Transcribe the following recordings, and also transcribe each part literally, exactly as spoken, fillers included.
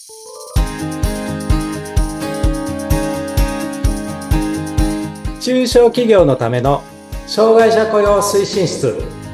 中小企業のための障害者雇用推進室。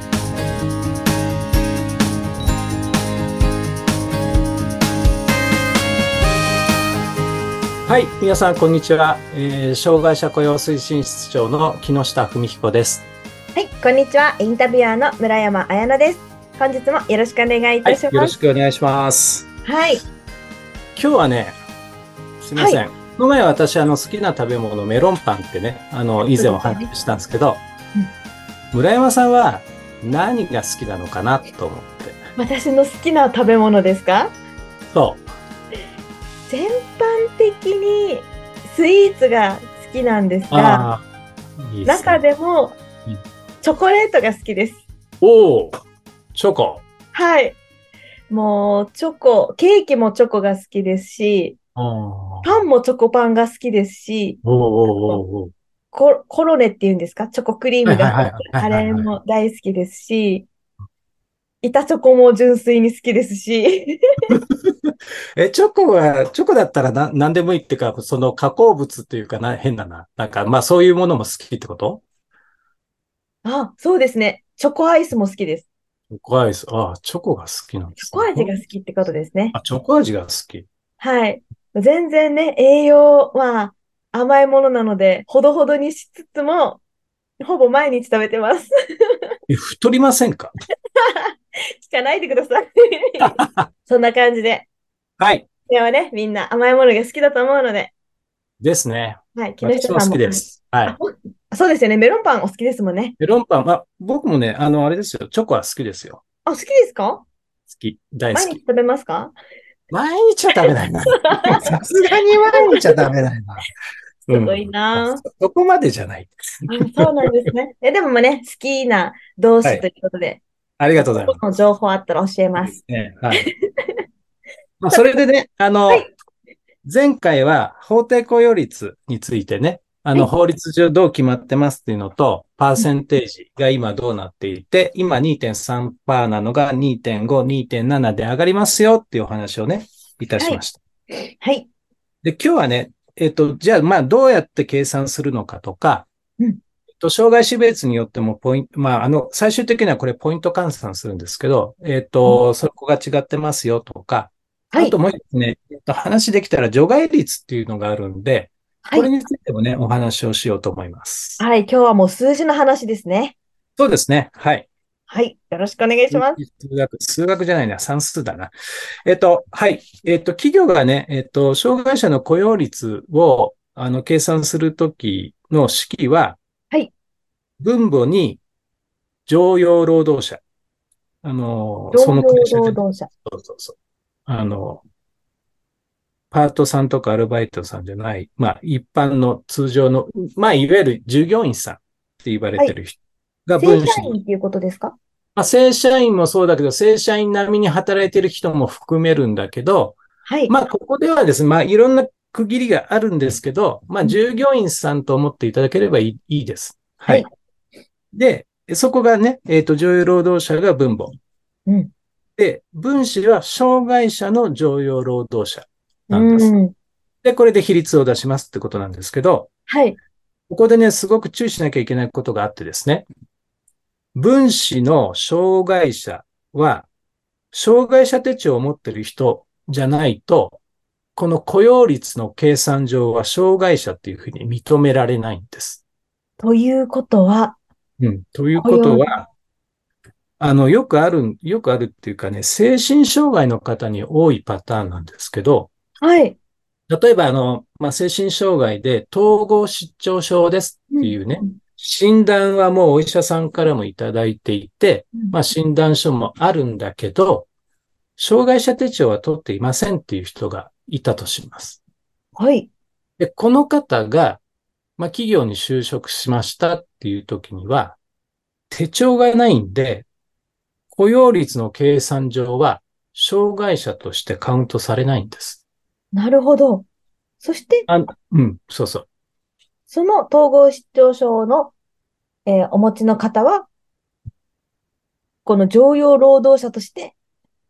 はい、皆さんこんにちは、えー、障害者雇用推進室長の木下文彦です。 はい、こんにちは。インタビュアーの村山彩乃です。本日もよろしくお願いいたします。 はい、よろしくお願いします。 はい。 今日はね、すみません。はい、この前私あの好きな食べ物メロンパンってね、あの以前お話ししたんですけど、ねうん、村山さんは何が好きなのかなと思って。 私の好きな食べ物ですか？ そう。 全般的にスイーツが好きなんですが、いいですね、中でもチョコレートが好きです。 おー、チョコ。 はい。もうチョコ、ケーキもチョコが好きですし、パンもチョコパンが好きですし、 おーおーおーおーコ、コロネっていうんですか？チョコクリームが入ったあれも大好きですし、板チョコも純粋に好きですし。 え、チョコは、チョコだったらな何でもいいっていうか、その加工物っていうかな、変だな。なんか、まあそういうものも好きってこと？ あ、そうですね。チョコアイスも好きです。 チョコアイス。ああ、チョコが好きなんですね。 チョコ味が好きってことですね。 あ、チョコ味が好き。 はい。全然ね、栄養は甘いものなので、ほどほどにしつつも、ほぼ毎日食べてます。 え、太りませんか？ 聞かないでください。そんな感じで。 はい。 ではね、みんな甘いものが好きだと思うので。 ですね。 はい。木下私も好さんも。 きです。はい。 あ、そうですよね。メロンパンお好きですもんね。 メロンパン、まあ、僕もね、あの、あれですよ。チョコは好きですよ。 あ、好きですか？ 好き。大好き。 毎日食べますか？ 毎日は食べないな。さすがに毎日は食べないな。うすごいん。 な。 そこまでじゃない。 あ、そうなんですね。え、でもね、好きな同はい。 士ということで、 ありがとうございこのます。 情報あったら教えいいます。 ですね。はい。まあ、それでね、あの、 はい。 前回は法定雇用率についてね、あの、 はい。 法律上どう決まってますっていうのと、パーセンテージが今どうなっていて、今にてんさんパーセントなのがにてんご、にてんななで上がりますよっていうお話をね、いたはい。 しました。 はい。 で、今日はね、えっと、じゃあ、まあ、どうやって計算するのかとか、 うん。 えっと、障害種別によってもポイント、まあ、あの、最終的にはこれポイント換算するんですけど、えっと、そこが違ってますよとか、 はい。 あともう一つね、えっと、話できたら除外率っていうのがあるんで、 はい。 これについてもね、お話をしようと思います。 はい。今日はもう数字の話ですね。 そうですね。はい。 はい。よろしくお願いします。 数学、数学じゃないな、算数だな。えっと、はい。えっと、企業がね、えっと、障害者の雇用率を、あの、計算するときの式は、 はい。 分母に常用労働者。あの、その会労働社で、 労働者。 そうそうそう。あの、パートさんとかアルバイトさんじゃない、まあ、一般の通常の、まあ、いわゆる従業員さんって言われはい。 てる人が正社分子に、 員っていうことですか？ まあ、正社員もそうだけど、正社員並みに働いてる人も含めるんだけど、 はい。 まあ、ここではですね、まあ、いろんな区切りがあるんですけど、まあ、 うん。 従業員さんと思っていただければいい、いいです。 はい。 はい。で、そこがね、えっと、常用労働者が分母。 うん。 で、分子は障害者の常用労働者うなんです。 ん。 で、これで比率を出しますってことなんですけど、 はい。 ここでね、すごく注意しなきゃいけないことがあってですね、分子の障害者は、障害者手帳を持ってる人じゃないと、この雇用率の計算上は障害者っていうふうに認められないんです。 ということは、 うん。という雇用。 ことは、あの、よくある、よくあるっていうかね、精神障害の方に多いパターンなんですけど、 はい。 例えば、あの、まあ、精神障害で統合失調症ですうん。 っていうね、 うん。 診断はもうお医者さんからもいただいていて、 うん。 まあ、診断書もあるんだけど、障害者手帳は取っていませんっていう人がいたとします。 はい。 で、この方が、まあ、企業に就職しましたっていう時には、手帳がないんで、雇用率の計算上は、障害者としてカウントされないんです。 なるほど。そして、 あ、うん、そうそう。 その統合失調症の、えーお持ちの方は、この常用労働者として、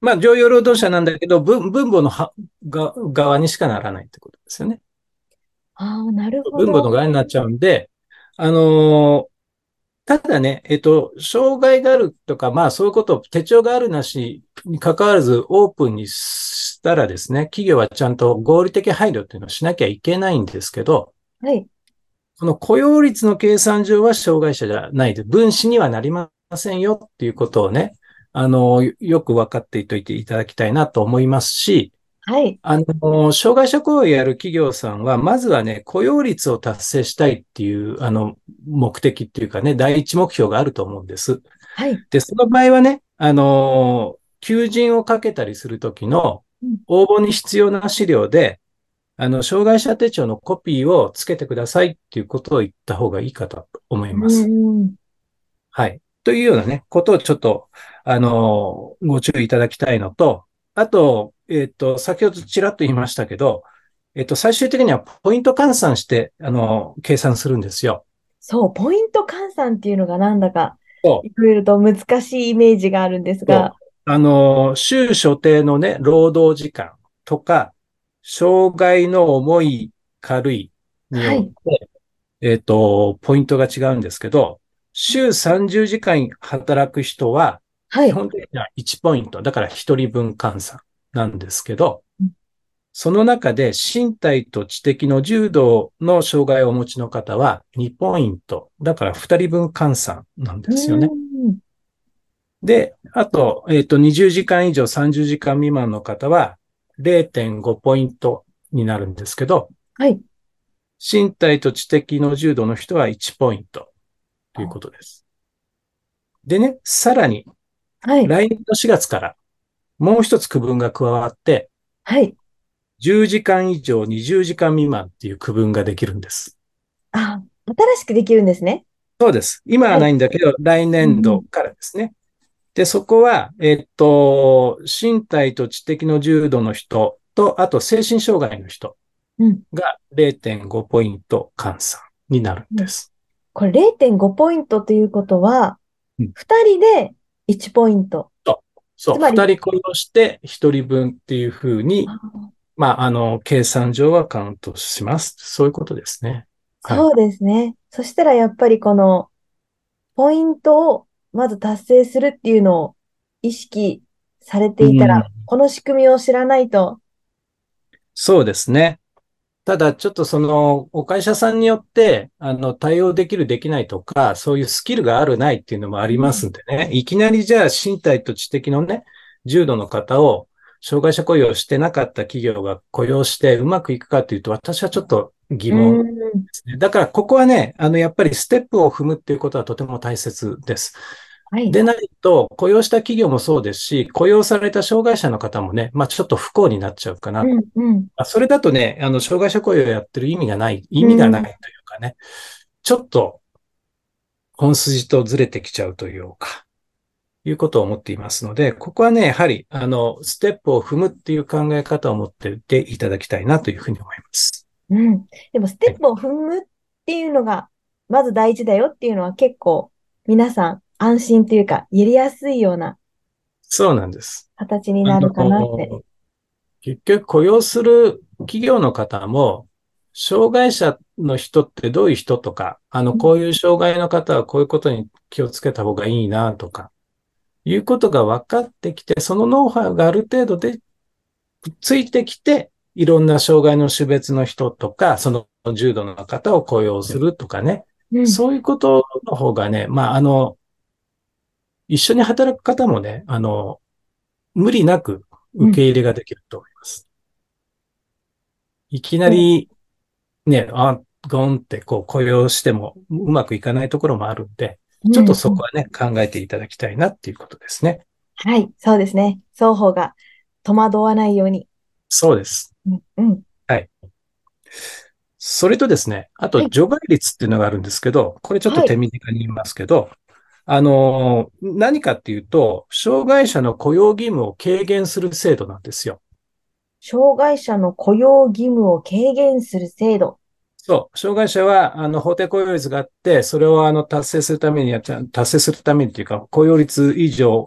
まあ、常用労働者なんだけど、分分母のはが側にしかならないってことですよね。 ああ、なるほ分母のど。 側になっちゃうんで、あのーただね、えっと、障害があるとか、まあそういうこと、手帳があるなしに関わらずオープンにしたらですね、企業はちゃんと合理的配慮っていうのをしなきゃいけないんですけど、 はい。 この雇用率の計算上は障害者じゃないで、分子にはなりませんよっていうことをね、あの、よく分かっていておいていただきたいなと思いますし、 はい。 あの、障害者雇用をやる企業さんは、まずはね、雇用率を達成したいっていう、あの、目的っていうかね、第一目標があると思うんです。 はい。 で、その場合はね、あの、求人をかけたりするときのうん。 応募に必要な資料で、あの、障害者手帳のコピーをつけてくださいっていうことを言った方がいいかと思いうます。 ん。 はい。というようなね、ことをちょっと、あの、ご注意いただきたいのと、あと、えっと、先ほどちらっと言いましたけど、えっと、最終的にはポイント換算して、あの、計算するんですよ。 そう、ポイント換算っていうのがなんだか、 そう。 いろいろと難しいイメージがあるんですが、 そうあの、週所定のね、労働時間とか、障害の重い、軽いにはい。 よって、えっと、ポイントが違うんですけど、週さんじゅうじかん働く人は、 はい。 基本的にはいちポイント。だからひとりぶん換算なんですけど、その中で身体と知的の重度の障害をお持ちの方はにポイント。だからふたりぶん換算なんうですよね。 ん。 で、あと、えっと、にじゅうじかん以上さんじゅうじかん未満の方はれいてんごポイントになるんですけど、 はい。 身体と知的の重度の人はいちポイントということです。でね、さらにはい。 来年のしがつからもう一つ区分が加わって、 はい。 じゅうじかん以上にじゅうじかん未満っていう区分ができるんです。 あ、新しくできるんですね。 そうです。今ははい。 ないんだけど、来年うんうん。 度からですね。で、そこは、えっと、身体と知的の重度の人と、あと精神障害の人うん。 がれいてんごポイント換算になるんうん。 です。 これれいてんごポイントということは、 うん、 ふたりでいちポイント。 そう、そう、 つまり、 二人雇用して一人分っていうふうに、 あ、 まあ、あの、計算上はカウントします。そういうことですね。はい。 そうですね。そしたらやっぱりこのポイントをまず達成するっていうのを意識されていたら、 うん、 この仕組みを知らないと、 そうですね。ただ、ちょっとその、お会社さんによって、あの、対応できる、できないとか、そういうスキルがある、ないっていうのもありまうん。 すんでね。いきなりじゃあ、身体と知的のね、重度の方を、障害者雇用してなかった企業が雇用してうまくいくかというと、私はちょっと疑う問でん。 すね。だから、ここはね、あの、やっぱりステップを踏むっていうことはとても大切です。 はい。 でないと、雇用した企業もそうですし、雇用された障害者の方もね、まあ、ちょっと不幸になっちゃうかな。 うん、うん、 あそれだとね、あの、障害者雇用をやってる意味がない、意う味がないん。 というかね、ちょっと本筋とずれてきちゃうというか、いうことを思っていますので、ここはね、やはり、あの、ステップを踏むっていう考え方を持っていていただきたいなというふうに思います。 うん。でも、スはい。 テップを踏むっていうのが、まず大事だよっていうのは結構、皆さん安心というか、やりやすいようなそうなんです。 形にあなるかなって。 の、結局雇用する企業の方も、障害者の人ってどういう人とか、あの、 うん、 こういう障害の方はこういうことに気をつけた方がいいなとか、いうことが分かってきて、そのノウハウがある程度でついてきて、いろんな障害の種別の人とか、その重度の方を雇用するとかね。 うん、 そういうことの方がね、まあ、あの、一緒に働く方もね、あの、無理なくうん。 受け入れができると思います。いきなそりね、あ、ゴンってこう雇用してもうまくいかないところもあるんで、 う。 ちょっとうん、うん。 そこはね、考えていただきたいなっていうことですね。 はい、そうですね。双方が戸惑わないように。 そうです。 うん、うん。 はい。それとですね、あとはい、 除外率っていうのがあるんですけど、これちょっとはい。 手短に言いますけど、あの、何かっていうと、障害者の雇用義務を軽減する制度なんですよ。 障害者の雇用義務を軽減する制度。 そう。障害者は、あの、法定雇用率があって、それを、あの、達成するためには、達成するためにっていうか、雇用率以上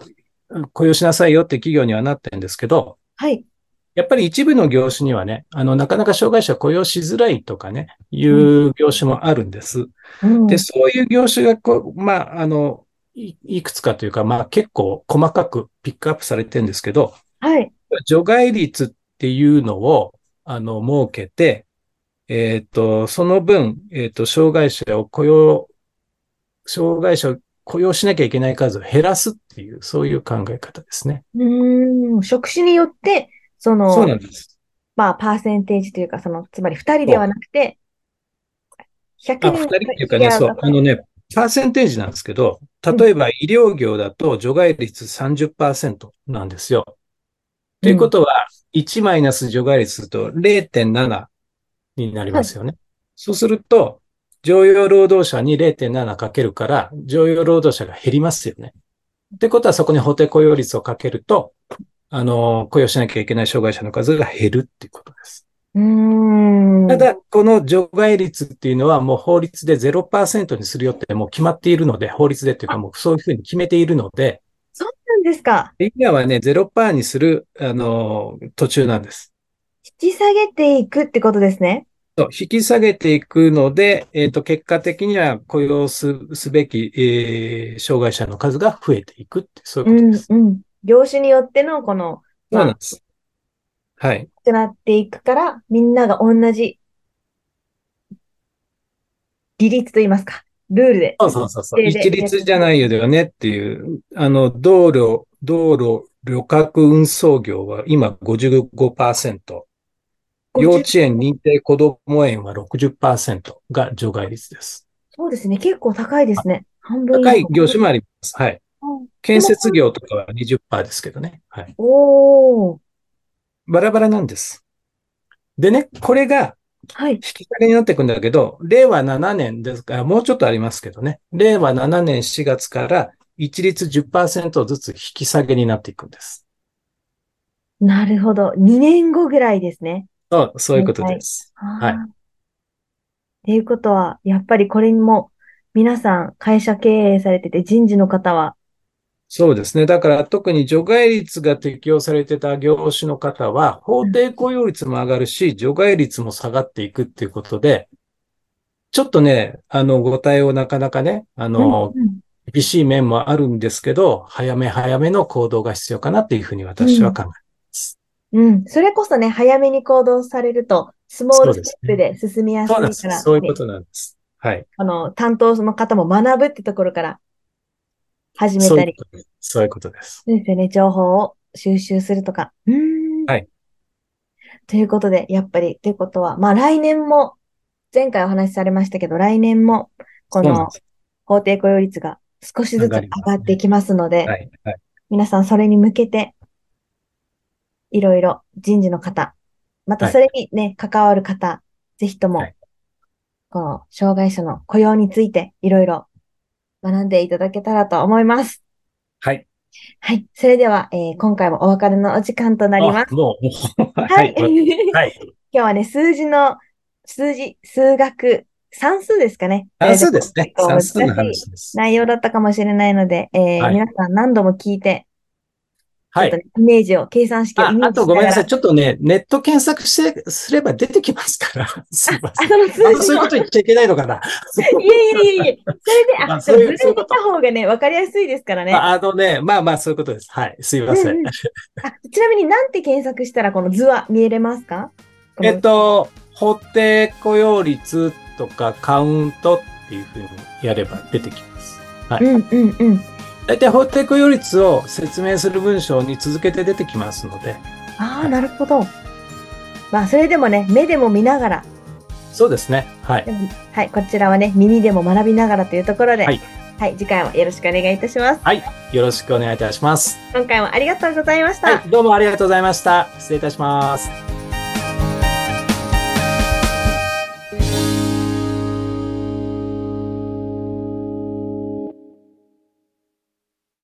雇用しなさいよって企業にはなってるんですけど、 はい。 やっぱり一部の業種にはね、あの、なかなか障害者を雇用しづらいとかね、いうん。 う業種もあるんです。で、 うん。 そういう業種がこう、まあ、あの、い、いくつかというか、まあ結構細かくピックアップされてるんですけど、 はい。 除外率っていうのを、あの、設けて、えっと、その分、えっと、障害者を雇用、障害者を雇用しなきゃいけない数を減らすっていう、そういう考え方ですね。 うーん。職種によって、そそうなの、 んです。 まあ、パーセンテージというか、その、つまりふたりではなそう。 くて、100 あ、 人二人っていうかね、 付き合うそう、 ところ。 あのね、パーセンテージなんですけど、 うん。 例えば医療業だと除外率さんじゅっパーセントなんですよ。というこうん。 とは、いちマイナス除外率するとれいてんななになりはい。 ますよね。そうすると、常用労働者にれいてんななかけるから、常用労働者が減りますよね。ってことは、そこに法定雇用率をかけると、あの、雇用しなきゃいけない障害者の数が減るっていうことです。 うーん。 ただ、この除外率っていうのはもう法律でゼロパーセントにするよってもう決まっているので、法律でっていうかあ、 もうそういうふうに決めているので、 そうなんですか。 今はね、ゼロパーセントにする、あの、途中なんです。 引き下げていくってことですね。 そう引き下げていくので、えっと、結果的には雇用す、すべき、えー障害者の数が増えていくって、そういううん、 ことです。 うん。業種によっての、この、まあ、 そうなんです。はい。 くなっていくから、みんなが同じ利率といいますか、ルールで、 そうそうそうそう。 一定一でやっていく。 律じゃないよだよねっていう、あの、道路、道路、旅客運送業は今ごじゅうごパーセント、幼ごじゅう、 稚園認定こども園はろくじゅっパーセントが除外率です。 そうですね。結構高いですね。半分以上。 高い業種もあります。はい。 うん。でも、 建設業とかはにじゅっパーセントですけどね。はい。 おー、 バラバラなんです。でね、これがはい。 引き下げになっていくんだけど、れいわななねんですから、もうちょっとありますけどね。れいわななねんしがつから一律じゅっパーセントずつ引き下げになっていくんです。 なるほど。にねんごぐらいですね。 そう、そういうこと大体。 です。はい。 ああ。っていうことは、やっぱりこれにも、皆さん会社経営されてて、人事の方は、 そうですね。だから特に除外率が適用されてた業種の方は、法うん、 定雇用率も上がるし、除外率も下がっていくっていうことで、ちょっとね、あの、ご対応なかなかね、あうん、 の、 うん。 厳しい面もあるんですけど、早め早めの行動が必要かなっていうふうにうん。 私は考えます。 うん。それこそね、早めに行動されると、スモーそうルスですね。 テップで進みやそうなんです。 すいから、ね、 そういうことなんです。はい。 あの、担当の方も学ぶってところから始めそういうたり、 ことです。そういうことです。 そうですよね、情報を収集するとか。うーん。 はい。 ということで、やっぱり、ということは、まあ来年も、前回お話しされましたけど、来年も、このそうなんです。 法定雇用率が少しずつ上上がりますね。 がっていきますので、 はい。はい。 皆さんそれに向けて、いろいろ人事の方、またはい。 それにね、関わる方、ぜひとも、 はい。 この障害者の雇用についていろいろ学んでいただけたらと思います。 はい。 はい。それでは、えー今回もお別れのお時間となりあ、 ます。 もう、もう、 はい。 はい。はい。 今日はね、数字の、数字、数学、算数ですかね。え算ーでも数ですね。 結構難し算数のい話です。 内容だったかもしれないので、えーはい。 皆さん何度も聞いて、ちょはい。 っとね、イメージを、計算式をイあ、 メーあジしながら、 とごめんなさい。ちょっとね、ネット検索して、すれば出てきますから。すいまあ、 せん。 そのあんまそういう数字のこと言っちゃいけないのかな。 いえいえいえいえ、それで、あ、 あ、 でも図でそういう、そういうこ見たと。 方がね、わかりやすいですからね。 あ、あのね、まあまあ、そういうことです。はい。すいません。 うんうん。あ、ちなみになんて検索したらこの図は見えれますか？こえっの、 と、法定雇用率とかカウントっていうふうにやれば出てきます。はい。 うんうんうん。 大体法定雇用率を説明する文章に続けて出てきますので、 ああ、 はい。 なるほど。まあ、それでもね、目でも見ながら、 そうですね。はい。 でもはい、こちらはね、耳でも学びながらというところで、 はい。 はい、次回もよろしくお願いいたします。 はい。よろしくお願いいたします。 今回もありがとうございましはい。 た。 どうもありがとうございました。失礼いたします。